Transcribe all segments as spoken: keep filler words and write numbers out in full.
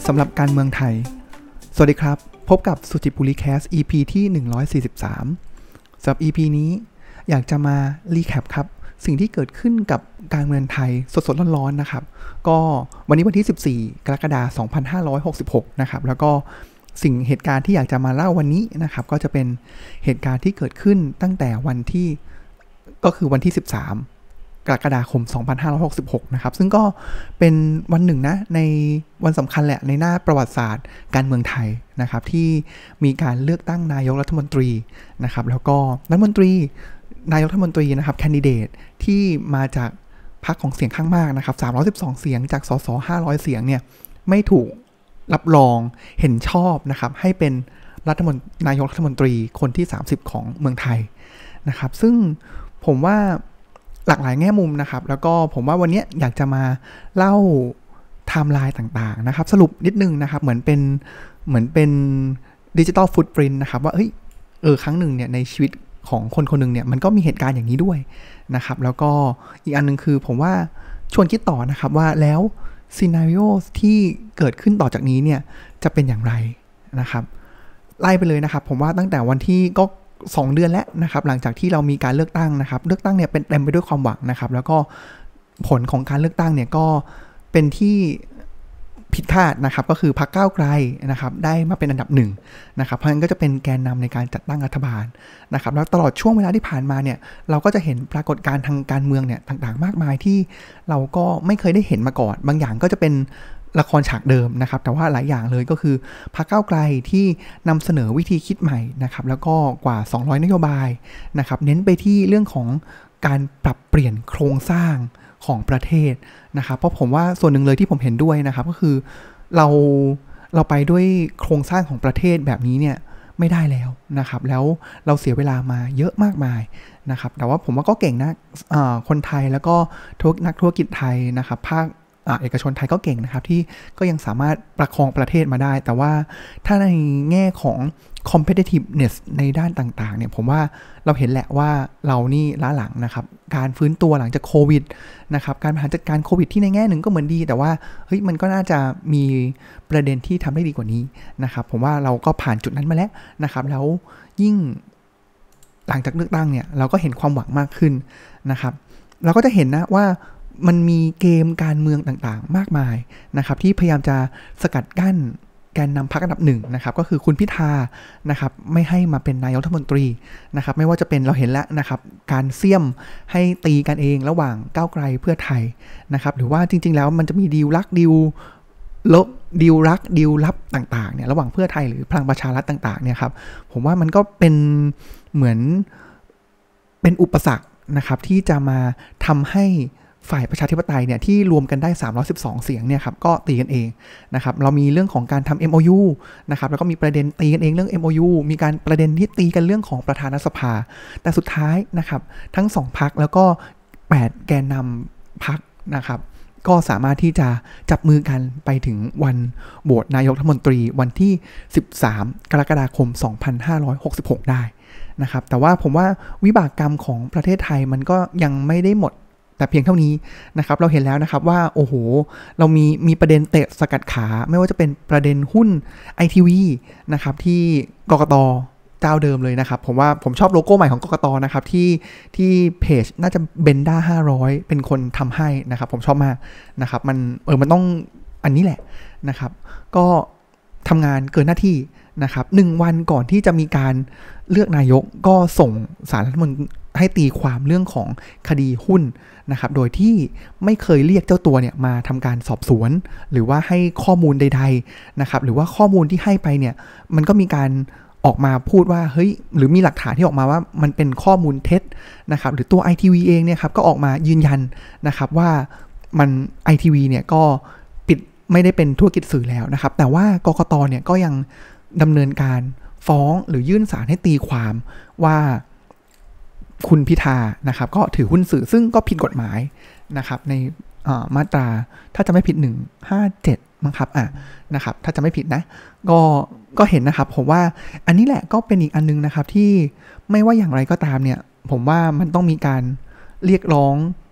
สำหรับการเมืองไทยสวัสดีครับพบกับสุจิตปุริแคส อี พี ที่หนึ่งร้อยสี่สิบสามสำหรับ อี พี นี้อยากจะมารีแคปครับสิ่งที่เกิดขึ้นกับการเมืองไทยสดๆร้อนๆนะครับก็วันนี้วันที่สิบสี่กรกฎาคมสองพันห้าร้อยหกสิบหกนะครับแล้วก็สิ่งเหตุการณ์ที่อยากจะมาเล่าวันนี้นะครับก็จะเป็นเหตุการณ์ที่เกิดขึ้นตั้งแต่วันที่ก็คือวันที่สิบสามกรกฎาคมสองพันห้าร้อยหกสิบหกนะครับซึ่งก็เป็นวันหนึ่งนะในวันสำคัญแหละในหน้าประวัติศาสตร์การเมืองไทยนะครับที่มีการเลือกตั้งนายกรัฐมนตรีนะครับแล้วก็รัฐมนตรีนายกรัฐมนตรีนะครับแคนดิเดตที่มาจากพรรคของเสียงข้างมากนะครับสามร้อยสิบสองเสียงจากสสห้าร้อยเสียงเนี่ยไม่ถูกรับรองเห็นชอบนะครับให้เป็นรัฐมนตรีนายกรัฐมนตรีคนที่สามสิบของเมืองไทยนะครับซึ่งผมว่าหลากหลายแง่มุมนะครับแล้วก็ผมว่าวันนี้อยากจะมาเล่าไทม์ไลน์ต่างๆนะครับสรุปนิดนึงนะครับเหมือนเป็นเหมือนเป็นดิจิทัลฟุตปรินท์นะครับว่าเฮ้ยเออครั้งหนึ่งเนี่ยในชีวิตของคนคนหนึ่งเนี่ยมันก็มีเหตุการณ์อย่างนี้ด้วยนะครับแล้วก็อีกอันนึงคือผมว่าชวนคิดต่อนะครับว่าแล้วซีนาริโอที่เกิดขึ้นต่อจากนี้เนี่ยจะเป็นอย่างไรนะครับไล่ไปเลยนะครับผมว่าตั้งแต่วันที่ก็สองเดือนแล้วนะครับหลังจากที่เรามีการเลือกตั้งนะครับเลือกตั้งเนี่ยเป็นเต็มไปด้วยความหวังนะครับแล้วก็ผลของการเลือกตั้งเนี่ยก็เป็นที่ผิดคาดนะครับก็คือพรรคก้าวไกลนะครับได้มาเป็นอันดับหนึ่งนะครับเพราะฉะนั้นก็จะเป็นแกนนำในการจัดตั้งรัฐบาลนะครับแล้วตลอดช่วงเวลาที่ผ่านมาเนี่ยเราก็จะเห็นปรากฏการณ์ทางการเมืองเนี่ยต่างๆมากมายที่เราก็ไม่เคยได้เห็นมาก่อนบางอย่างก็จะเป็นละครฉากเดิมนะครับแต่ว่าหลายอย่างเลยก็คือพรรคก้าวไกลที่นำเสนอวิธีคิดใหม่นะครับแล้วก็กว่าสองร้อยนโยบายนะครับเน้นไปที่เรื่องของการปรับเปลี่ยนโครงสร้างของประเทศนะครับเพราะผมว่าส่วนหนึ่งเลยที่ผมเห็นด้วยนะครับก็คือเราเราไปด้วยโครงสร้างของประเทศแบบนี้เนี่ยไม่ได้แล้วนะครับแล้วเราเสียเวลามาเยอะมากมายนะครับแต่ว่าผมว่าก็เก่งนะคนไทยแล้วก็นักธุรกิจไทยนะครับภาคเอกชนไทยก็เก่งนะครับที่ก็ยังสามารถประคองประเทศมาได้แต่ว่าถ้าในแง่ของ competitiveness ในด้านต่างๆเนี่ยผมว่าเราเห็นแหละว่าเรานี่ล้าหลังนะครับการฟื้นตัวหลังจากโควิดนะครับการบริหารจัดการโควิดที่ในแง่หนึ่งก็เหมือนดีแต่ว่าเฮ้ยมันก็น่าจะมีประเด็นที่ทำได้ดีกว่านี้นะครับผมว่าเราก็ผ่านจุดนั้นมาแล้วนะครับแล้วยิ่งหลังจากเลือกตั้งเนี่ยเราก็เห็นความหวังมากขึ้นนะครับเราก็จะเห็นนะว่ามันมีเกมการเมืองต่างๆมากมายนะครับที่พยายามจะสกัดกั้นแกนนำพรรคอันดับหนึ่งนะครับก็คือคุณพิธานะครับไม่ให้มาเป็นนายกรัฐมนตรีนะครับไม่ว่าจะเป็นเราเห็นแล้วนะครับการเสี่ยมให้ตีกันเองระหว่างก้าวไกลเพื่อไทยนะครับหรือว่าจริงๆแล้วมันจะมีดีลรักดีลลบดีลรักดีลลับต่างๆเนี่ยระหว่างเพื่อไทยหรือพลังประชารัฐต่างๆเนี่ยครับผมว่ามันก็เป็นเหมือนเป็นอุปสรรคนะครับที่จะมาทำให้ฝ่ายประชาธิปไตยเนี่ยที่รวมกันได้สามร้อยสิบสองเสียงเนี่ยครับก็ตีกันเองนะครับเรามีเรื่องของการทำ เอ็ม โอ ยู นะครับแล้วก็มีประเด็นตีกันเองเรื่อง เอ็ม โอ ยู มีการประเด็นที่ตีกันเรื่องของประธานสภาแต่สุดท้ายนะครับทั้งสองพรรคแล้วก็แปดแกนนำพรรคนะครับก็สามารถที่จะจับมือกันไปถึงวันโหวตนายกรัฐมนตรีวันที่สิบสามกรกฎาคมสองพันห้าร้อยหกสิบหกได้นะครับแต่ว่าผมว่าวิบากกรรมของประเทศไทยมันก็ยังไม่ได้หมดแต่เพียงเท่านี้นะครับเราเห็นแล้วนะครับว่าโอ้โหเรามีมีประเด็นเตะสกัดขาไม่ว่าจะเป็นประเด็นหุ้น ไอ ที วี นะครับที่กกต.เจ้าเดิมเลยนะครับผมว่าผมชอบโลโก้ใหม่ของกกต.นะครับที่ที่เพจน่าจะเบนด้าห้าร้อยเป็นคนทำให้นะครับผมชอบมากนะครับมันเออมันต้องอันนี้แหละนะครับก็ทำงานเกินหน้าที่นะครับหนึ่งวันก่อนที่จะมีการเลือกนายกก็ส่งสารรัฐธรรมนูญให้ตีความเรื่องของคดีหุ้นนะครับโดยที่ไม่เคยเรียกเจ้าตัวเนี่ยมาทำการสอบสวนหรือว่าให้ข้อมูลใดๆนะครับหรือว่าข้อมูลที่ให้ไปเนี่ยมันก็มีการออกมาพูดว่าเฮ้ยหรือมีหลักฐานที่ออกมาว่ามันเป็นข้อมูลเท็จนะครับหรือตัว ไอ ที วี เองเนี่ยครับก็ออกมายืนยันนะครับว่ามัน ไอ ที วี เนี่ยก็ปิดไม่ได้เป็นธุรกิจสื่อแล้วนะครับแต่ว่ากกต.เนี่ยก็ยังดำเนินการฟ้องหรือยื่นศาลให้ตีความว่าคุณพิธานะครับก็ถือหุ้นสื่อซึ่งก็ผิดกฎหมายนะครับในมาตราถ้าจะไม่ผิดหนึ่งห้าเจ็ดมั้งครับอ่ะนะครับถ้าจะไม่ผิดนะก็ก็เห็นนะครับผมว่าอันนี้แหละก็เป็นอีกอันนึงนะครับที่ไม่ว่าอย่างไรก็ตามเนี่ยผมว่ามันต้องมีการเรียกร้อง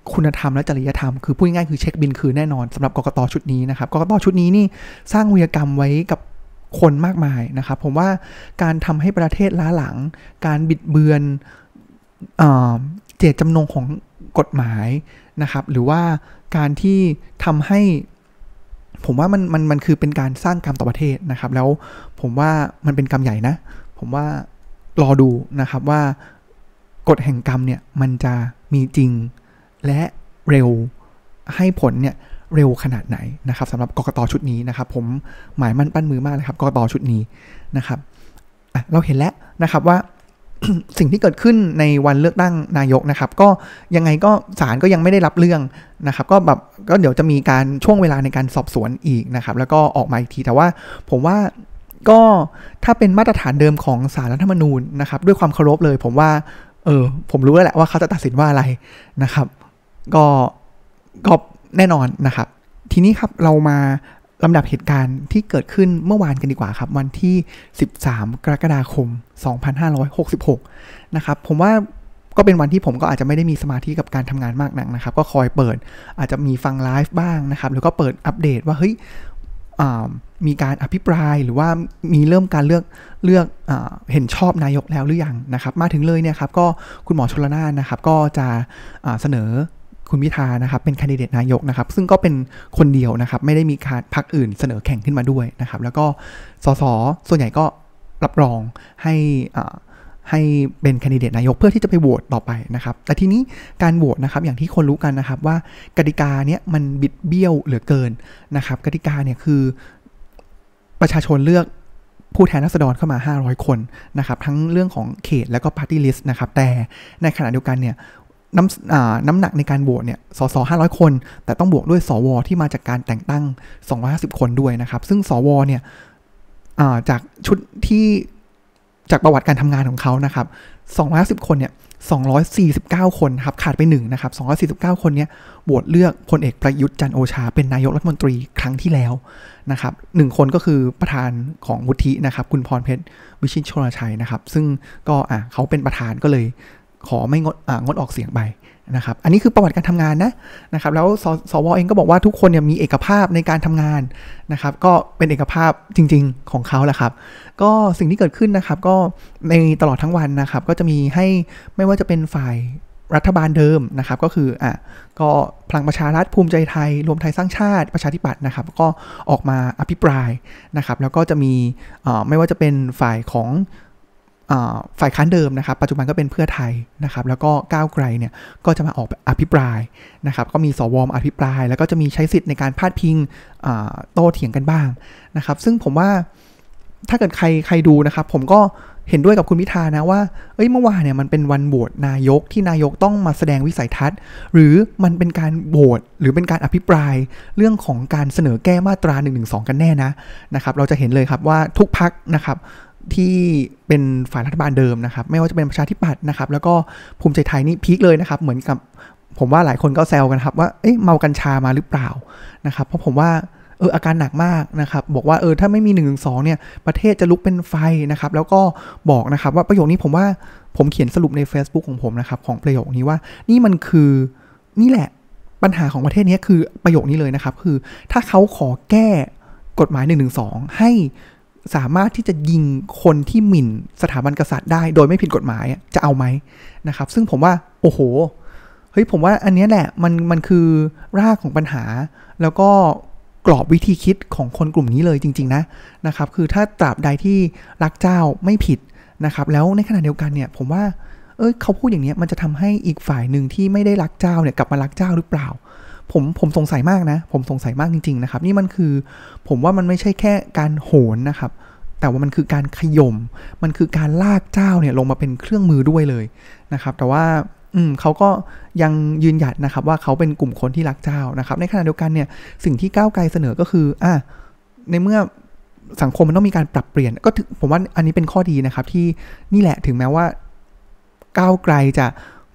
คุณธรรมและจริยธรรมคือพูดง่ายๆคือเช็คบิลคืนแน่นอนสำหรับกกต.ชุดนี้นะครับกกต.ชุดนี้นี่สร้างวีรกรรมไว้กับคนมากมายนะครับผมว่าการทำให้ประเทศล้าหลังการบิดเบือนเอ่อเจตจำนงของกฎหมายนะครับหรือว่าการที่ทำให้ผมว่ามันมันมันคือเป็นการสร้างกรรมต่อประเทศนะครับแล้วผมว่ามันเป็นกรรมใหญ่นะผมว่ารอดูนะครับว่ากฎแห่งกรรมเนี่ยมันจะมีจริงและเร็วให้ผลเนี่ยเร็วขนาดไหนนะครับสำหรับกกต.ชุดนี้นะครับผมหมายมั่นปั้นมือมากเลยครับกกต.ชุดนี้นะครับอ่ะเราเห็นแล้วนะครับว่า สิ่งที่เกิดขึ้นในวันเลือกตั้งนายกนะครับก็ยังไงก็ศาลก็ยังไม่ได้รับเรื่องนะครับก็แบบก็เดี๋ยวจะมีการช่วงเวลาในการสอบสวนอีกนะครับแล้วก็ออกมาอีกทีแต่ว่าผมว่าก็ถ้าเป็นมาตรฐานเดิมของศาลรัฐธรรมนูญนะครับด้วยความเคารพเลยผมว่าเออผมรู้แล้วแหละว่าเขาจะตัดสินว่าอะไรนะครับก็ก็แน่นอนนะครับทีนี้ครับเรามาลำดับเหตุการณ์ที่เกิดขึ้นเมื่อวานกันดีกว่าครับวันที่สิบสามกรกฎาคมสองพันห้าร้อยหกสิบหกนะครับผมว่าก็เป็นวันที่ผมก็อาจจะไม่ได้มีสมาธิกับการทำงานมากนักนะครับก็คอยเปิดอาจจะมีฟังไลฟ์บ้างนะครับหรือก็เปิดอัปเดตว่าเฮ้ยมีการอภิปรายหรือว่ามีเริ่มการเลือกเลือกเอเห็นชอบนายกแล้วหรือยังนะครับมาถึงเลยเนี่ยครับก็คุณหมอชลน่านนะครับก็จะเสนอคุณพิธานะครับเป็นแคนดิเดตนายกนะครับซึ่งก็เป็นคนเดียวนะครับไม่ได้มีพรรคอื่นเสนอแข่งขึ้นมาด้วยนะครับแล้วก็สสส่วนใหญ่ก็รับรองให้ให้เป็นแคนดิเดตนายกเพื่อที่จะไปโหวตต่อไปนะครับแต่ทีนี้การโหวตนะครับอย่างที่คนรู้กันนะครับว่ากติกาเนี้ยมันบิดเบี้ยวเหลือเกินนะครับกติกาเนี่ยคือประชาชนเลือกผู้แทนราษฎรเข้ามาห้าร้อยคนนะครับทั้งเรื่องของเขตแล้วก็ปาร์ตี้ลิสต์นะครับแต่ในขณะเดียวกันเนี่ยน้ำน้ำหนักในการโหวตเนี่ยสสห้าร้อยคนแต่ต้องบวกด้วยสวที่มาจากการแต่งตั้งสองร้อยห้าสิบคนด้วยนะครับซึ่งสวเนี่ยจากชุดที่จากประวัติการทำงานของเขานะครับสองร้อยห้าสิบคนเนี่ยสองร้อยสี่สิบเก้าคนครับขาดไปหนึ่งนะครับสองร้อยสี่สิบเก้าคนเนี้ยโหวตเลือกพลเอกประยุทธ์จันทร์โอชาเป็นนายกรัฐมนตรีครั้งที่แล้วนะครับหนึ่งคนก็คือประธานของวุฒินะครับคุณพรเพชรวิชิตชลชัยนะครับซึ่งก็อ่ะเขาเป็นประธานก็เลยขอไม่งดอ่างดออกเสียงไปนะครับอันนี้คือประวัติการทำงานนะนะครับแล้วสสวเองก็บอกว่าทุกคนเนี่ยมีเอกภาพในการทำงานนะครับก็เป็นเอกภาพจริงๆของเขาแหละครับก็สิ่งที่เกิดขึ้นนะครับก็ในตลอดทั้งวันนะครับก็จะมีให้ไม่ว่าจะเป็นฝ่ายรัฐบาลเดิมนะครับก็คืออ่ะก็พลังประชารัฐภูมิใจไทยรวมไทยสร้างชาติประชาธิปัตย์นะครับก็ออกมาอภิปรายนะครับแล้วก็จะมีไม่ว่าจะเป็นฝ่ายของฝ่ายค้านเดิมนะครับปัจจุบันก็เป็นเพื่อไทยนะครับแล้วก็ก้าวไกลเนี่ยก็จะมาออกอภิปรายนะครับก็มีสวอภิปรายแล้วก็จะมีใช้สิทธิ์ในการพาดพิงโต้เถียงกันบ้างนะครับซึ่งผมว่าถ้าเกิดใครใครดูนะครับผมก็เห็นด้วยกับคุณพิธานะว่าเอ้ยเมื่อวานเนี่ยมันเป็นวันโหวตนายกที่นายกต้องมาแสดงวิสัยทัศน์หรือมันเป็นการโหวตหรือเป็นการอภิปรายเรื่องของการเสนอแก้มาตราหนึ่งหนึ่งสองกันแน่นะนะครับเราจะเห็นเลยครับว่าทุกพรรคนะครับที่เป็นฝ่ายรัฐบาลเดิมนะครับไม่ว่าจะเป็นประชาธิปัตย์นะครับแล้วก็ภูมิใจไทยนี่พีคเลยนะครับเหมือนกับผมว่าหลายคนก็แซวกันครับว่าเอ๊ะเมากัญชามาหรือเปล่านะครับเพราะผมว่าเอออาการหนักมากนะครับบอกว่าเออถ้าไม่มีหนึ่งหนึ่งสองเนี่ยประเทศจะลุกเป็นไฟนะครับแล้วก็บอกนะครับว่าประโยคนี้ผมว่าผมเขียนสรุปใน Facebook ของผมนะครับของประโยคนี้ว่านี่มันคือนี่แหละปัญหาของประเทศนี้คือประโยคนี้เลยนะครับคือถ้าเขาขอแก้กฎหมายหนึ่งหนึ่งสองให้สามารถที่จะยิงคนที่หมิ่นสถาบันกษัตริย์ได้โดยไม่ผิดกฎหมายจะเอาไหมนะครับซึ่งผมว่าโอ้โหเฮ้ยผมว่าอันนี้แหละมันมันคือรากของปัญหาแล้วก็กรอบวิธีคิดของคนกลุ่มนี้เลยจริงๆนะนะครับคือถ้าตราบใดที่รักเจ้าไม่ผิดนะครับแล้วในขณะเดียวกันเนี่ยผมว่าเอ้ยเขาพูดอย่างนี้มันจะทำให้อีกฝ่ายหนึ่งที่ไม่ได้รักเจ้าเนี่ยกลับมารักเจ้าหรือเปล่าผมผมสงสัยมากนะผมสงสัยมากจริงๆนะครับนี่มันคือผมว่ามันไม่ใช่แค่การโหนนะครับแต่ว่ามันคือการขย่มมันคือการลากเจ้าเนี่ยลงมาเป็นเครื่องมือด้วยเลยนะครับแต่ว่าอืมเขาก็ยังยืนหยัดนะครับว่าเขาเป็นกลุ่มคนที่รักเจ้านะครับในขณะเดียวกันเนี่ยสิ่งที่ก้าวไกลเสนอก็คืออ่ะในเมื่อสังคมมันต้องมีการปรับเปลี่ยนก็ผมว่าอันนี้เป็นข้อดีนะครับที่นี่แหละถึงแม้ว่าก้าวไกลจะ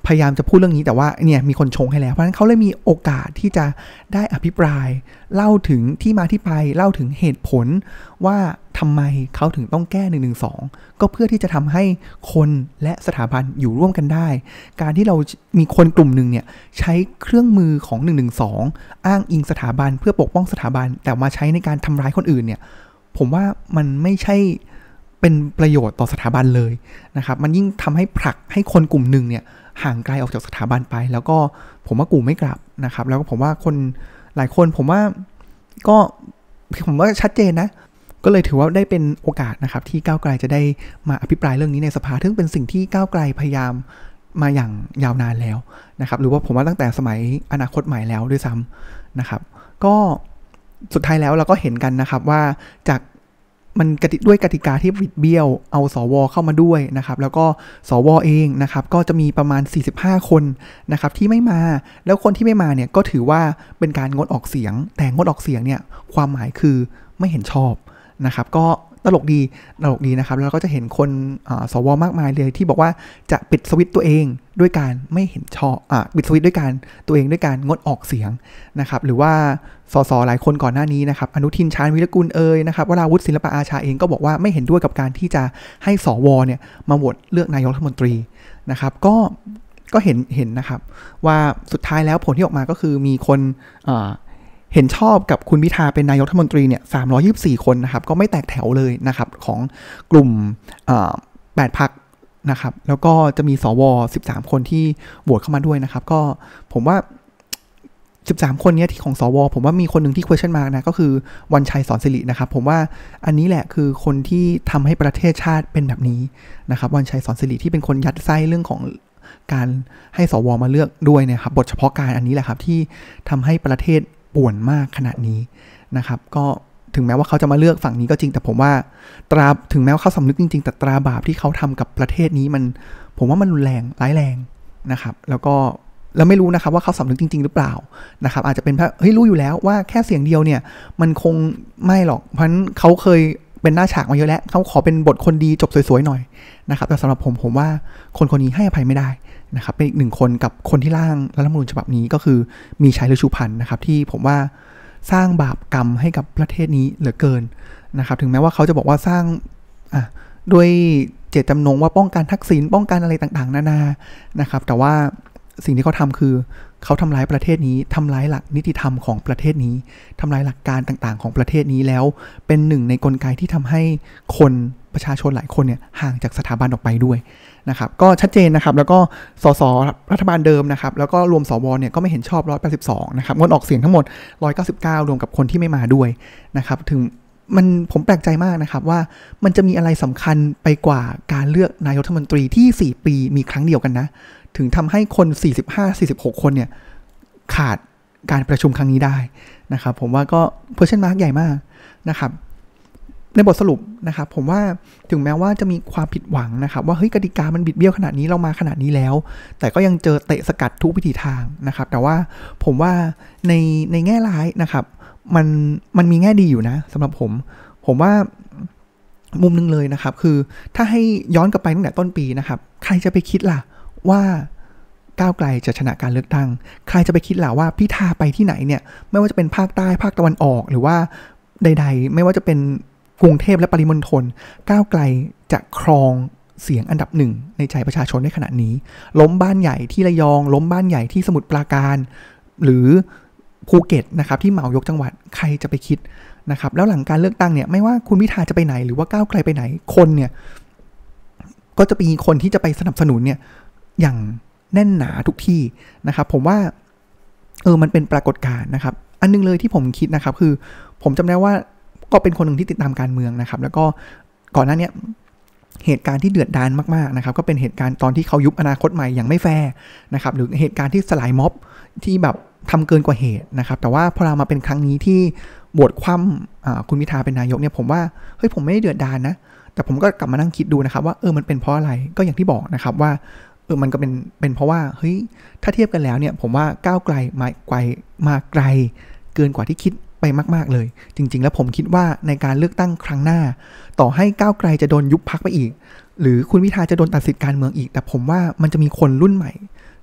พยายามจะพูดเรื่องนี้แต่ว่าเนี่ยมีคนชงให้แล้วเพราะฉะนั้นเขาเลยมีโอกาสที่จะได้อภิปรายเล่าถึงที่มาที่ไปเล่าถึงเหตุผลว่าทำไมเขาถึงต้องแก้หนึ่งหนึ่งสองก็เพื่อที่จะทำให้คนและสถาบันอยู่ร่วมกันได้การที่เรามีคนกลุ่มหนึ่งเนี่ยใช้เครื่องมือของหนึ่งหนึ่งสองอ้างอิงสถาบันเพื่อปกป้องสถาบันแต่มาใช้ในการทำร้ายคนอื่นเนี่ยผมว่ามันไม่ใช่เป็นประโยชน์ต่อสถาบันเลยนะครับมันยิ่งทำให้ผลักให้คนกลุ่มหนึ่งเนี่ยห่างไกลออกจากสถาบันไปแล้วก็ผมว่ากูไม่กลับนะครับแล้วก็ผมว่าคนหลายคนผมว่าก็ผมว่าชัดเจนนะก็เลยถือว่าได้เป็นโอกาสนะครับที่ก้าวไกลจะได้มาอภิปรายเรื่องนี้ในสภาซึ่งเป็นสิ่งที่ก้าวไกลพยายามมาอย่างยาวนานแล้วนะครับหรือว่าผมว่าตั้งแต่สมัยอนาคตใหม่แล้วด้วยซ้ำนะครับก็สุดท้ายแล้วเราก็เห็นกันนะครับว่าจากมันด้วยกติกาที่บิดเบี้ยวเอาสวเข้ามาด้วยนะครับแล้วก็สวเองนะครับก็จะมีประมาณสี่สิบห้าคนนะครับที่ไม่มาแล้วคนที่ไม่มาเนี่ยก็ถือว่าเป็นการงดออกเสียงแต่งดออกเสียงเนี่ยความหมายคือไม่เห็นชอบนะครับก็ตลกดีตลกดีนะครับแล้วก็จะเห็นคนสวมากมายเลยที่บอกว่าจะปิดสวิตช์ตัวเองด้วยการไม่เห็นชอบอ่ะปิดสวิตช์ด้วยการตัวเองด้วยการงดออกเสียงนะครับหรือว่าสสหลายคนก่อนหน้านี้นะครับอนุทินชาญวิรกูลเอ่ยนะครับวราวุฒิศิลปอาชาเองก็บอกว่าไม่เห็นด้วยกับการที่จะให้สวเนี่ยมาโหวตเลือกนายกรัฐมนตรีนะครับก็ก็เห็นเห็นนะครับว่าสุดท้ายแล้วผลที่ออกมาก็คือมีคนอ่าเห็นชอบกับคุณพิธาเป็นนายกรัฐมนตรีเนี่ยสามร้อยยี่สิบสี่คนนะครับก็ไม่แตกแถวเลยนะครับของกลุ่มแปดพรรคนะครับแล้วก็จะมีสวสิบสามคนที่โหวตเข้ามาด้วยนะครับก็ผมว่าสิบสามคนนี้ที่ของสวผมว่ามีคนหนึ่งที่ question mark นะก็คือวันชัยสอนศิรินะครับผมว่าอันนี้แหละคือคนที่ทำให้ประเทศชาติเป็นแบบนี้นะครับวันชัยสอนศิริที่เป็นคนยัดไส้เรื่องของการให้สวมาเลือกด้วยเนี่ยครับบทเฉพาะการอันนี้แหละครับที่ทำให้ประเทศป่วนมากขนาดนี้นะครับก็ถึงแม้ว่าเขาจะมาเลือกฝั่งนี้ก็จริงแต่ผมว่าตราถึงแม้ว่าเขาสำนึกจริงๆแต่ตราบาปที่เขาทำกับประเทศนี้มันผมว่ามันรุนแรงร้ายแรงนะครับแล้วก็เราไม่รู้นะครับว่าเขาสำนึกจริงๆหรือเปล่านะครับอาจจะเป็นเพราะเฮ้ยรู้อยู่แล้วว่าแค่เสียงเดียวเนี่ยมันคงไม่หรอกเพราะฉะนั้นเขาเคยเป็นหน้าฉากมาเยอะแล้วเขาขอเป็นบทคนดีจบสวยๆหน่อยนะครับแต่สำหรับผมผมว่าคนคนนี้ให้อภัยไม่ได้นะครับเป็นอีกหนึ่งคนกับคนที่ร่างรัฐธรรมนูญฉบับนี้ก็คือมีชัยฤชุพันธ์นะครับที่ผมว่าสร้างบาปกรรมให้กับประเทศนี้เหลือเกินนะครับถึงแม้ว่าเขาจะบอกว่าสร้างอ่ะด้วยเจตจำนงว่าป้องกันทักษิณป้องกันอะไรต่างๆนานานะครับแต่ว่าสิ่งที่เขาทำคือเขาทำร้ายประเทศนี้ทำร้ายหลักนิติธรรมของประเทศนี้ทำลายหลักการต่างๆของประเทศนี้แล้วเป็นหนึ่งในกลไกที่ทำให้คนประชาชนหลายคนเนี่ยห่างจากสถาบันออกไปด้วยนะครับก็ชัดเจนนะครับแล้วก็สสรัฐบาลเดิมนะครับแล้วก็รวมสวเนี่ยก็ไม่เห็นชอบหนึ่งร้อยแปดสิบสองนะครับงดออกเสียงทั้งหมดหนึ่งร้อยเก้าสิบเก้ารวมกับคนที่ไม่มาด้วยนะครับถึงมันผมแปลกใจมากนะครับว่ามันจะมีอะไรสำคัญไปกว่าการเลือกนายกรัฐมนตรีที่สี่ปีมีครั้งเดียวกันนะถึงทำให้คนสี่สิบห้า สี่สิบหกคนเนี่ยขาดการประชุมครั้งนี้ได้นะครับผมว่าก็ question mark ใหญ่มากนะครับในบทสรุปนะครับผมว่าถึงแม้ว่าจะมีความผิดหวังนะครับว่าเฮ้ยกติกามันบิดเบี้ยวขนาดนี้เรามาขนาดนี้แล้วแต่ก็ยังเจอเตะสกัดทุกวิถีทางนะครับแต่ว่าผมว่าในในแง่ร้ายนะครับมันมันมีแง่ดีอยู่นะสำหรับผมผมว่ามุมนึงเลยนะครับคือถ้าให้ย้อนกลับไปตั้งแต่ต้นปีนะครับใครจะไปคิดล่ะว่าก้าวไกลจะชนะการเลือกตั้งใครจะไปคิดล่ะว่าพิธาไปที่ไหนเนี่ยไม่ว่าจะเป็นภาคใต้ภาคตะวันออกหรือว่าใดๆไม่ว่าจะเป็นกรุงเทพและปริมณฑลก้าวไกลจะครองเสียงอันดับหนึ่งในใจประชาชนในขณะนี้ล้มบ้านใหญ่ที่ระยองล้มบ้านใหญ่ที่สมุทรปราการหรือภูเก็ตนะครับที่เหมายกจังหวัดใครจะไปคิดนะครับแล้วหลังการเลือกตั้งเนี่ยไม่ว่าคุณพิธาจะไปไหนหรือว่าก้าวไกลไปไหนคนเนี่ยก็จะมีคนที่จะไปสนับสนุนเนี่ยอย่างแน่นหนาทุกที่นะครับผมว่าเออมันเป็นปรากฏการณ์นะครับอันนึงเลยที่ผมคิดนะครับคือผมจำได้ว่าก็เป็นคนหนึ่งที่ติดตามการเมืองนะครับแล้วก็ก่อนหน้านี้เหตุการณ์ที่เดือดดาลมากๆนะครับก็เป็นเหตุการณ์ตอนที่เขายุบอนาคตใหม่อย่างไม่แฟร์นะครับหรือเหตุการณ์ที่สลายม็อบที่แบบทำเกินกว่าเหตุนะครับแต่ว่าพอเรามาเป็นครั้งนี้ที่โหวตคว่ำคุณพิธาเป็นนายกเนี่ยผมว่าเฮ้ยผมไม่ได้เดือดดาลนะแต่ผมก็กลับมานั่งคิดดูนะครับว่าเออมันเป็นเพราะอะไรก็อย่างที่บอกนะครับว่าเออมันก็เป็นเป็นเพราะว่าเฮ้ยถ้าเทียบกันแล้วเนี่ยผมว่าก้าวไกลมาไกลมาไกลเกินกว่าที่คิดไปมากๆเลยจริงๆแล้วผมคิดว่าในการเลือกตั้งครั้งหน้าต่อให้ก้าวไกลจะโดนยุบพรรคไปอีกหรือคุณพิธาจะโดนตัดสิทธิ์การเมืองอีกแต่ผมว่ามันจะมีคนรุ่นใหม่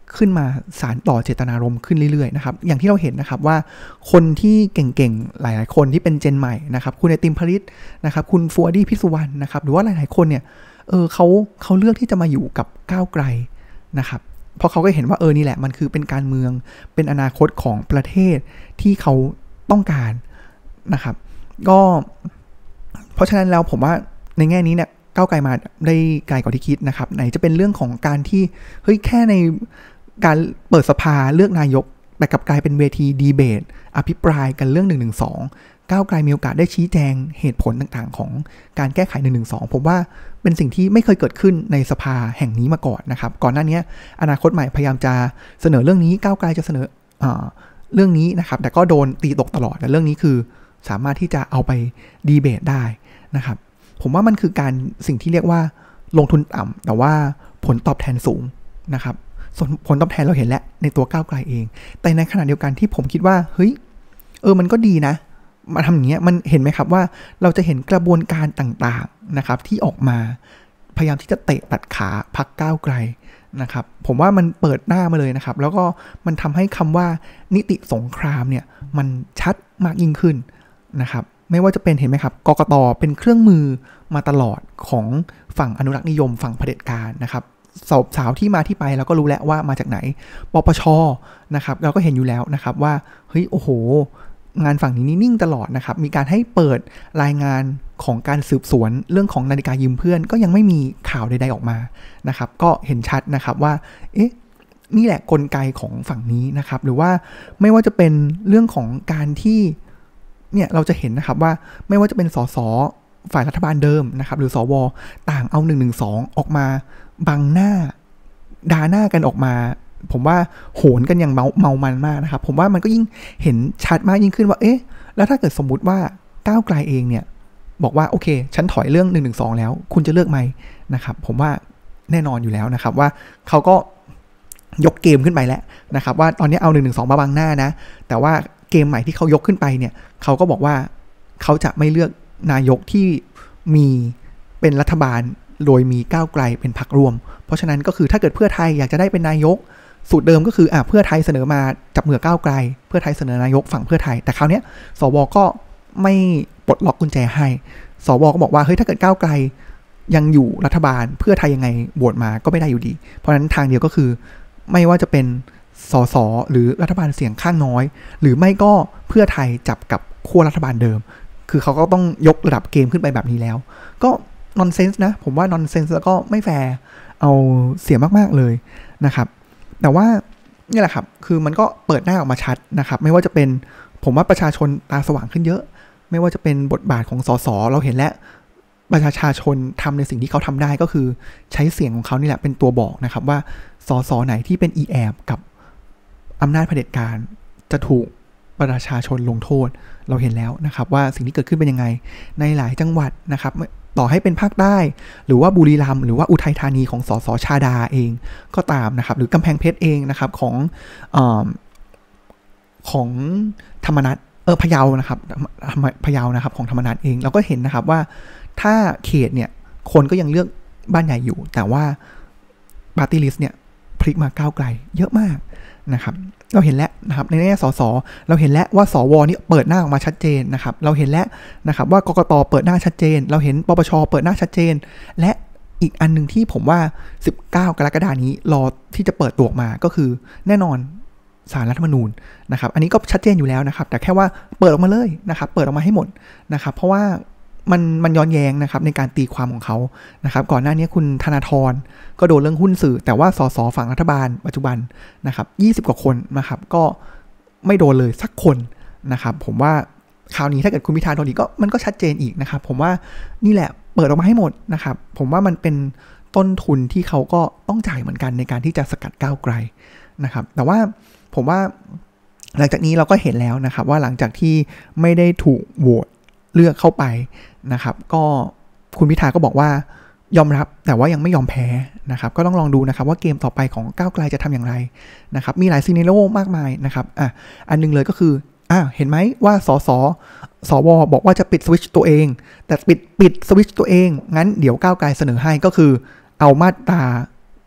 ขึ้นมาสารต่อเจตนารมณ์ขึ้นเรื่อยๆนะครับอย่างที่เราเห็นนะครับว่าคนที่เก่งๆหลายๆคนที่เป็นเจนใหม่นะครับคุณไอติมพลิตนะครับคุณฟัวดี้พิสุวรรณนะครับหรือว่าหลายๆคนเนี่ยเออเขาเขาเลือกที่จะมาอยู่กับก้าวไกลนะครับเพราะเขาก็เห็นว่าเออนี่แหละมันคือเป็นการเมืองเป็นอนาคตของประเทศที่เขาต้องการนะครับก็เพราะฉะนั้นแล้วผมว่าในแง่นี้เนี่ยก้าวไกลมาได้ไกลกว่าที่คิดนะครับไหนจะเป็นเรื่องของการที่เฮ้ยแค่ในการเปิดสภาเลือกนายกแต่กลับกลายเป็นเวทีดีเบตอภิปรายกันเรื่องหนึ่งหนึ่งสองก้าวไกลมีโอกาสได้ชี้แจงเหตุผลต่างๆของการแก้ไขหนึ่งหนึ่งสองผมว่าเป็นสิ่งที่ไม่เคยเกิดขึ้นในสภาแห่งนี้มาก่อนนะครับก่อนหน้านี้อนาคตใหม่พยายามจะเสนอเรื่องนี้ก้าวไกลจะเสนอเอ่อเรื่องนี้นะครับแต่ก็โดนตีตกตลอดแต่เรื่องนี้คือสามารถที่จะเอาไปดีเบตได้นะครับผมว่ามันคือการสิ่งที่เรียกว่าลงทุนต่ำแต่ว่าผลตอบแทนสูงนะครับส่วนผลตอบแทนเราเห็นแล้วในตัวก้าวไกลเองแต่ในขณะเดียวกันที่ผมคิดว่าเฮ้ยเออมันก็ดีนะมาทำอย่างเงี้ยมันเห็นไหมครับว่าเราจะเห็นกระบวนการต่างๆนะครับที่ออกมาพยายามที่จะเตะตัดขาพรรคก้าวไกลนะครับผมว่ามันเปิดหน้ามาเลยนะครับแล้วก็มันทำให้คำว่านิติสงครามเนี่ยมันชัดมากยิ่งขึ้นนะครับไม่ว่าจะเป็นเห็นไหมครับกกต.เป็นเครื่องมือมาตลอดของฝั่งอนุรักษ์นิยมฝั่งเผด็จการนะครับสาวสาวที่มาที่ไปเราก็รู้แล้วว่ามาจากไหนปปช.นะครับเราก็เห็นอยู่แล้วนะครับว่าเฮ้ยโอ้โหงานฝั่งนี้นิ่งตลอดนะครับมีการให้เปิดรายงานของการสืบสวนเรื่องของนาฬิกายืมเพื่อนก็ยังไม่มีข่าวใดๆออกมานะครับก็เห็นชัดนะครับว่าเอ๊ะนี่แหละกลไกของฝั่งนี้นะครับหรือว่าไม่ว่าจะเป็นเรื่องของการที่เนี่ยเราจะเห็นนะครับว่าไม่ว่าจะเป็นสสฝ่ายรัฐบาลเดิมนะครับหรือสวต่างเอาหนึ่งหนึ่งสองออกมาบังหน้าด่าหน้ากันออกมาผมว่าโหนกันอย่างเมาเมามันมากนะครับผมว่ามันก็ยิ่งเห็นชัดมากยิ่งขึ้นว่าเอ๊ะแล้วถ้าเกิดสมมุติว่าก้าวไกลเองเนี่ยบอกว่าโอเคฉันถอยเรื่องหนึ่งหนึ่งสองแล้วคุณจะเลือกไหมนะครับผมว่าแน่นอนอยู่แล้วนะครับว่าเขาก็ยกเกมขึ้นไปแล้วนะครับว่าตอนนี้เอาหนึ่งหนึ่งสองมาบังหน้านะแต่ว่าเกมใหม่ที่เขายกขึ้นไปเนี่ยเขาก็บอกว่าเขาจะไม่เลือกนายกที่มีเป็นรัฐบาลโดยมีก้าวไกลเป็นพรรคร่วมเพราะฉะนั้นก็คือถ้าเกิดเพื่อไทยอยากจะได้เป็นนายกสูตรเดิมก็คืออ่ะเพื่อไทยเสนอมาจับมือก้าวไกลเพื่อไทยเสนอนายกฝั่งเพื่อไทยแต่คราวนี้สวก็ไม่ปลดล็อกกุญแจให้สวก็บอกว่าเฮ้ยถ้าเกิดก้าวไกลยังอยู่รัฐบาลเพื่อไทยยังไงโหวตมาก็ไม่ได้อยู่ดีเพราะฉะนั้นทางเดียวก็คือไม่ว่าจะเป็นสสหรือรัฐบาลเสียงข้างน้อยหรือไม่ก็เพื่อไทยจับกับขั้วรัฐบาลเดิมคือเขาก็ต้องยกระดับเกมขึ้นไปแบบนี้แล้วก็นอนเซนส์นะผมว่านอนเซนส์แล้วก็ไม่แฟร์เอาเสียมากๆเลยนะครับแต่ว่านี่แหละครับคือมันก็เปิดหน้าออกมาชัดนะครับไม่ว่าจะเป็นผมว่าประชาชนตาสว่างขึ้นเยอะไม่ว่าจะเป็นบทบาทของสสเราเห็นแล้วประชาชนทำในสิ่งที่เขาทำได้ก็คือใช้เสียงของเขานี่แหละเป็นตัวบอกนะครับว่าสสไหนที่เป็นอีแอบกับอำนาจเผด็จการจะถูกประชาชนลงโทษเราเห็นแล้วนะครับว่าสิ่งที่เกิดขึ้นเป็นยังไงในหลายจังหวัดนะครับต่อให้เป็นภาคใต้หรือว่าบุรีรัมย์หรือว่าอุทัยธานีของสสชาดาเองก็ตามนะครับหรือกำแพงเพชรเองนะครับของเอ่อของธรรมนัสเออพะเยานะครับพะเยานะครับของธรรมนัสเองเราก็เห็นนะครับว่าถ้าเขตเนี่ยคนก็ยังเลือกบ้านใหญ่อยู่แต่ว่าปาร์ตี้ลิสต์เนี่ยพลิกมาก้าวไกลเยอะมากนะครับเราเห็นแล้วนะครับในแง่สสเราเห็นแล้วว่าสวนี่เปิดหน้าออกมาชัดเจนนะครับเราเห็นแล้วนะครับว่ากกตเปิดหน้าชัดเจนเราเห็นปปชเปิดหน้าชัดเจนและอีกอันนึงที่ผมว่าสิบเก้ากรกฎาคมนี้รอที่จะเปิดตัวออกมาก็คือแน่นอนศาลรัฐธรรมนูญนะครับอันนี้ก็ชัดเจนอยู่แล้วนะครับแต่แค่ว่าเปิดออกมาเลยนะครับเปิดออกมาให้หมดนะครับเพราะว่ามันมันย้อนแย้งนะครับในการตีความของเขานะครับก่อนหน้านี้คุณธนาธรก็โดนเรื่องหุ้นสื่อแต่ว่าสสฝั่งรัฐบาลปัจจุบันนะครับยี่สิบกว่าคนนะครับก็ไม่โดนเลยสักคนนะครับผมว่าคราวนี้ถ้าเกิดคุณพิธาโดนอีกก็มันก็ชัดเจนอีกนะครับผมว่านี่แหละเปิดออกมาให้หมดนะครับผมว่ามันเป็นต้นทุนที่เขาก็ต้องจ่ายเหมือนกันในการที่จะสกัดก้าวไกลนะครับแต่ว่าผมว่าหลังจากนี้เราก็เห็นแล้วนะครับว่าหลังจากที่ไม่ได้ถูกโหวตเลือกเข้าไปนะครับก็คุณพิธาก็บอกว่ายอมรับแต่ว่ายังไม่ยอมแพ้นะครับก็ต้องลองดูนะครับว่าเกมต่อไปของก้าวไกลจะทำอย่างไรนะครับมีหลายซีนาริโอมากมายนะครับอ่ะอันนึงเลยก็คืออ่ะเห็นไหมว่าสสสวบอกว่าจะปิดสวิตช์ตัวเองแต่ปิดปิดสวิตช์ตัวเองงั้นเดี๋ยวก้าวไกลเสนอให้ก็คือเอามาตรา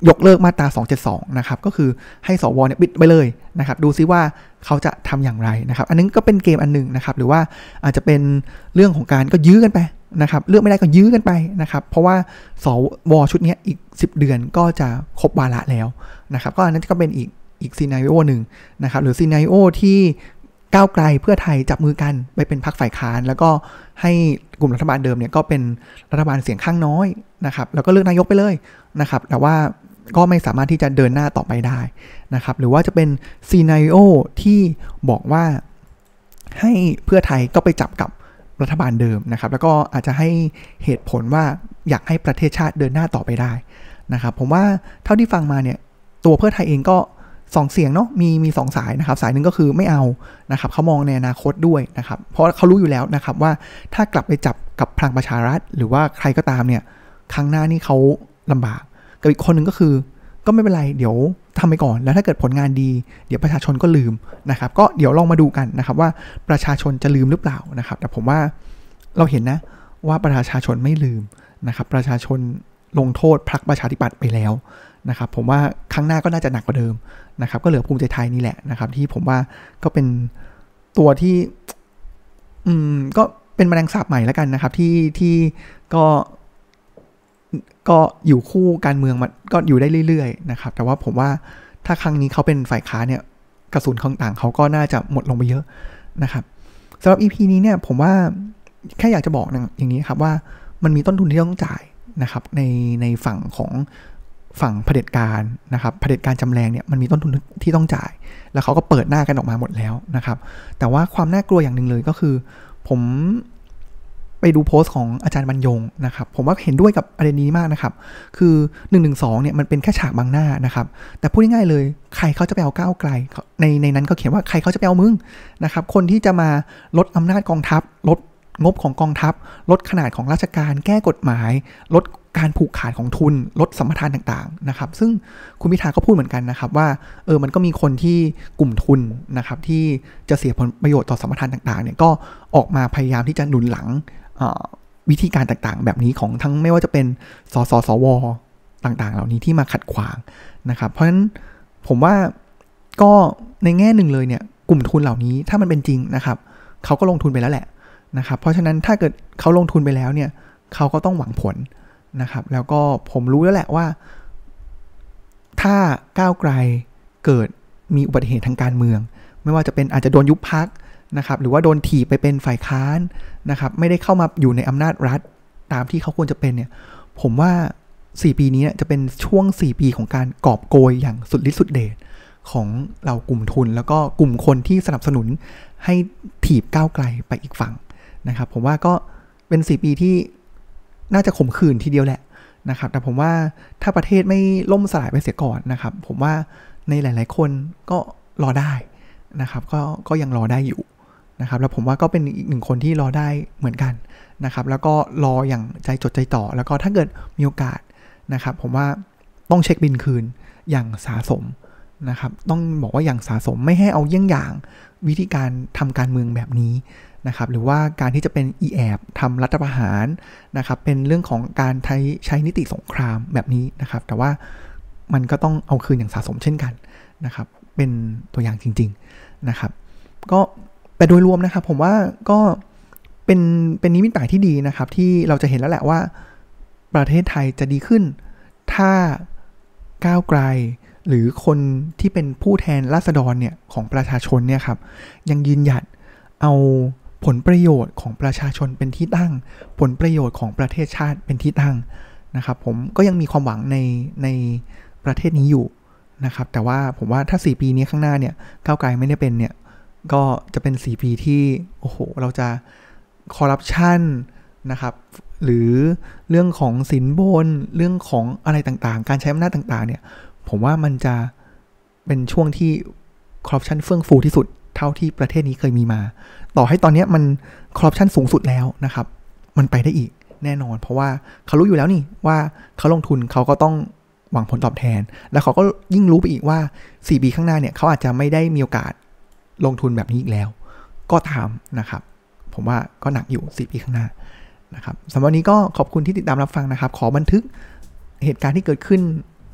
ยกเลิกมาตราสองเจ็ดสองนะครับก็คือให้สวเนี่ยปิดไปเลยนะครับดูซิว่าเขาจะทำอย่างไรนะครับอันนึงก็เป็นเกมอันนึงนะครับหรือว่าอาจจะเป็นเรื่องของการก็ยื้อกันไปนะครับเลือกไม่ได้ก็ยื้อกันไปนะครับเพราะว่าสวชุดนี้อีกสิบเดือนก็จะครบวาระแล้วนะครับก็อันนั้นก็เป็นอีกอีกซีนาริโอหนึ่งนะครับหรือซีนาริโอที่ก้าวไกลเพื่อไทยจับมือกันไปเป็นพรรคฝ่ายค้านแล้วก็ให้กลุ่มรัฐบาลเดิมเนี่ยก็เป็นรัฐบาลเสียงข้างน้อยนะครับแล้วก็เลือกนายกไปเลยนะครับแต่ว่าก็ไม่สามารถที่จะเดินหน้าต่อไปได้นะครับหรือว่าจะเป็นซีนาริโอที่บอกว่าให้เพื่อไทยก็ไปจับกับรัฐบาลเดิมนะครับแล้วก็อาจจะให้เหตุผลว่าอยากให้ประเทศชาติเดินหน้าต่อไปได้นะครับผมว่าเท่าที่ฟังมาเนี่ยตัวเพื่อไทยเองก็สองเสียงเนาะมีมีสองสายนะครับสายหนึ่งก็คือไม่เอานะครับเขามองในอนาคตด้วยนะครับเพราะเขารู้อยู่แล้วนะครับว่าถ้ากลับไปจับกับพลังประชารัฐหรือว่าใครก็ตามเนี่ยครั้งหน้านี่เขาลำบากกับอีกคนหนึ่งก็คือก็ไม่เป็นไรเดี๋ยวทำไปก่อนแล้วถ้าเกิดผลงานดีเดี๋ยวประชาชนก็ลืมนะครับก็เดี๋ยวลองมาดูกันนะครับว่าประชาชนจะลืมหรือเปล่านะครับแต่ผมว่าเราเห็นนะว่าประชาชนไม่ลืมนะครับประชาชนลงโทษพรรคประชาธิปัตย์ไปแล้วนะครับผมว่าครั้งหน้าก็น่าจะหนักกว่าเดิมนะครับก็เหลือภูมิใจไทยนี่แหละนะครับที่ผมว่าก็เป็นตัวที่อืมก็เป็นแมลงสาบใหม่แล้วกันนะครับที่ที่ก็ก็อยู่คู่การเมืองมันก็อยู่ได้เรื่อยๆนะครับแต่ว่าผมว่าถ้าครั้งนี้เขาเป็นฝ่ายค้านเนี่ยกระสุนต่างๆเขาก็น่าจะหมดลงไปเยอะนะครับสำหรับ อี พี นี้เนี่ยผมว่าแค่อยากจะบอกอย่างนี้ครับว่ามันมีต้นทุนที่ต้องจ่ายนะครับในในฝั่งของฝั่งเผด็จการนะครับเผด็จการจำแรงเนี่ยมันมีต้นทุนที่ต้องจ่ายแล้วเขาก็เปิดหน้ากันออกมาหมดแล้วนะครับแต่ว่าความน่ากลัวอย่างหนึ่งเลยก็คือผมไปดูโพสต์ของอาจารย์บรรยงนะครับผมว่าเห็นด้วยกับประเด็นนี้มากนะครับคือหนึ่งหนึ่งสองเนี่ยมันเป็นแค่ฉากบังหน้านะครับแต่พูดง่ายๆเลยใครเขาจะไปเอาก้าวไกลในในนั้นก็เขียนว่าใครเขาจะไปเอามึงนะครับคนที่จะมาลดอำนาจกองทัพลดงบของกองทัพลดขนาดของราชการแก้กฎหมายลดการผูกขาดของทุนลดสัมปทานต่างๆนะครับซึ่งคุณพิธาก็พูดเหมือนกันนะครับว่าเออมันก็มีคนที่กลุ่มทุนนะครับที่จะเสียผลประโยชน์ต่อสัมปทานต่างๆเนี่ยก็ออกมาพยายามที่จะหนุนหลังวิธีการต่างๆแบบนี้ของทั้งไม่ว่าจะเป็นสสสวต่างๆเหล่านี้ที่มาขัดขวางนะครับเพราะฉะนั้นผมว่าก็ในแง่หนึ่งเลยเนี่ยกลุ่มทุนเหล่านี้ถ้ามันเป็นจริงนะครับเขาก็ลงทุนไปแล้วแหละนะครับเพราะฉะนั้นถ้าเกิดเขาลงทุนไปแล้วเนี่ยเขาก็ต้องหวังผลนะครับแล้วก็ผมรู้แล้วแหละว่าถ้าก้าวไกลเกิดมีอุบัติเหตุทางการเมืองไม่ว่าจะเป็นอาจจะโดนยุบพรรคนะครับหรือว่าโดนถีบไปเป็นฝ่ายค้านนะครับไม่ได้เข้ามาอยู่ในอำนาจรัฐตามที่เขาควรจะเป็นเนี่ยผมว่าสี่ปีนี้จะเป็นช่วงสี่ปีของการกอบโกยอย่างสุดฤทธิ์สุดเดชของเรากลุ่มทุนแล้วก็กลุ่มคนที่สนับสนุนให้ถีบก้าวไกลไปอีกฝั่งนะครับผมว่าก็เป็นสี่ปีที่น่าจะขมขื่นทีเดียวแหละนะครับแต่ผมว่าถ้าประเทศไม่ล่มสลายไปเสียก่อนนะครับผมว่าในหลายๆคนก็รอได้นะครับก็ก็ยังรอได้อยู่นะครับแล้วผมว่าก็เป็นอีกหนึ่งคนที่รอได้เหมือนกันนะครับแล้วก็รออย่างใจจดใจต่อแล้วก็ถ้าเกิดมีโอกาสนะครับผมว่าต้องเช็คบินคืนอย่างสาสมนะครับต้องบอกว่าอย่างสาสมไม่ให้เอาเยี่ยงอย่างวิธีการทำการเมืองแบบนี้นะครับหรือว่าการที่จะเป็นอีแอบทำรัฐประหารนะครับเป็นเรื่องของการใช้ใช้นิติสงครามแบบนี้นะครับแต่ว่ามันก็ต้องเอาคืนอย่างสะสมเช่นกันนะครับเป็นตัวอย่างจริงๆนะครับก็แต่โดยรวมนะครับผมว่าก็เป็นเป็นนิมิตหมายที่ดีนะครับที่เราจะเห็นแล้วแหละว่าประเทศไทยจะดีขึ้นถ้าก้าวไกลหรือคนที่เป็นผู้แทนราษฎรเนี่ยของประชาชนเนี่ยครับยังยืนหยัดเอาผลประโยชน์ของประชาชนเป็นที่ตั้งผลประโยชน์ของประเทศชาติเป็นที่ตั้งนะครับผมก็ยังมีความหวังในในประเทศนี้อยู่นะครับแต่ว่าผมว่าถ้าสี่ปีนี้ข้างหน้าเนี่ยก้าวไกลไม่ได้เป็นเนี่ยก็จะเป็นสี่ปีที่โอ้โหเราจะคอร์รัปชันนะครับหรือเรื่องของสินบนเรื่องของอะไรต่างๆการใช้อำนาจต่างๆเนี่ยผมว่ามันจะเป็นช่วงที่คอร์รัปชันเฟื่องฟูที่สุดเท่าที่ประเทศนี้เคยมีมาต่อให้ตอนนี้มันคอร์รัปชันสูงสุดแล้วนะครับมันไปได้อีกแน่นอนเพราะว่าเขารู้อยู่แล้วนี่ว่าเขาลงทุนเขาก็ต้องหวังผลตอบแทนแล้วเขาก็ยิ่งรู้ไปอีกว่าสี่ปีข้างหน้าเนี่ยเขาอาจจะไม่ได้มีโอกาสลงทุนแบบนี้อีกแล้วก็ตามนะครับผมว่าก็หนักอยู่สี่ปีข้างหน้านะครับสำหรับวันนี้ก็ขอบคุณที่ติดตามรับฟังนะครับขอบันทึกเหตุการณ์ที่เกิดขึ้น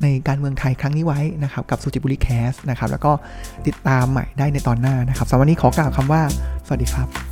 ในการเมืองไทยครั้งนี้ไว้นะครับกับสุจิตบุรีแคสนะครับแล้วก็ติดตามใหม่ได้ในตอนหน้านะครับสำหรับวันนี้ขอกล่าวคำว่าสวัสดีครับ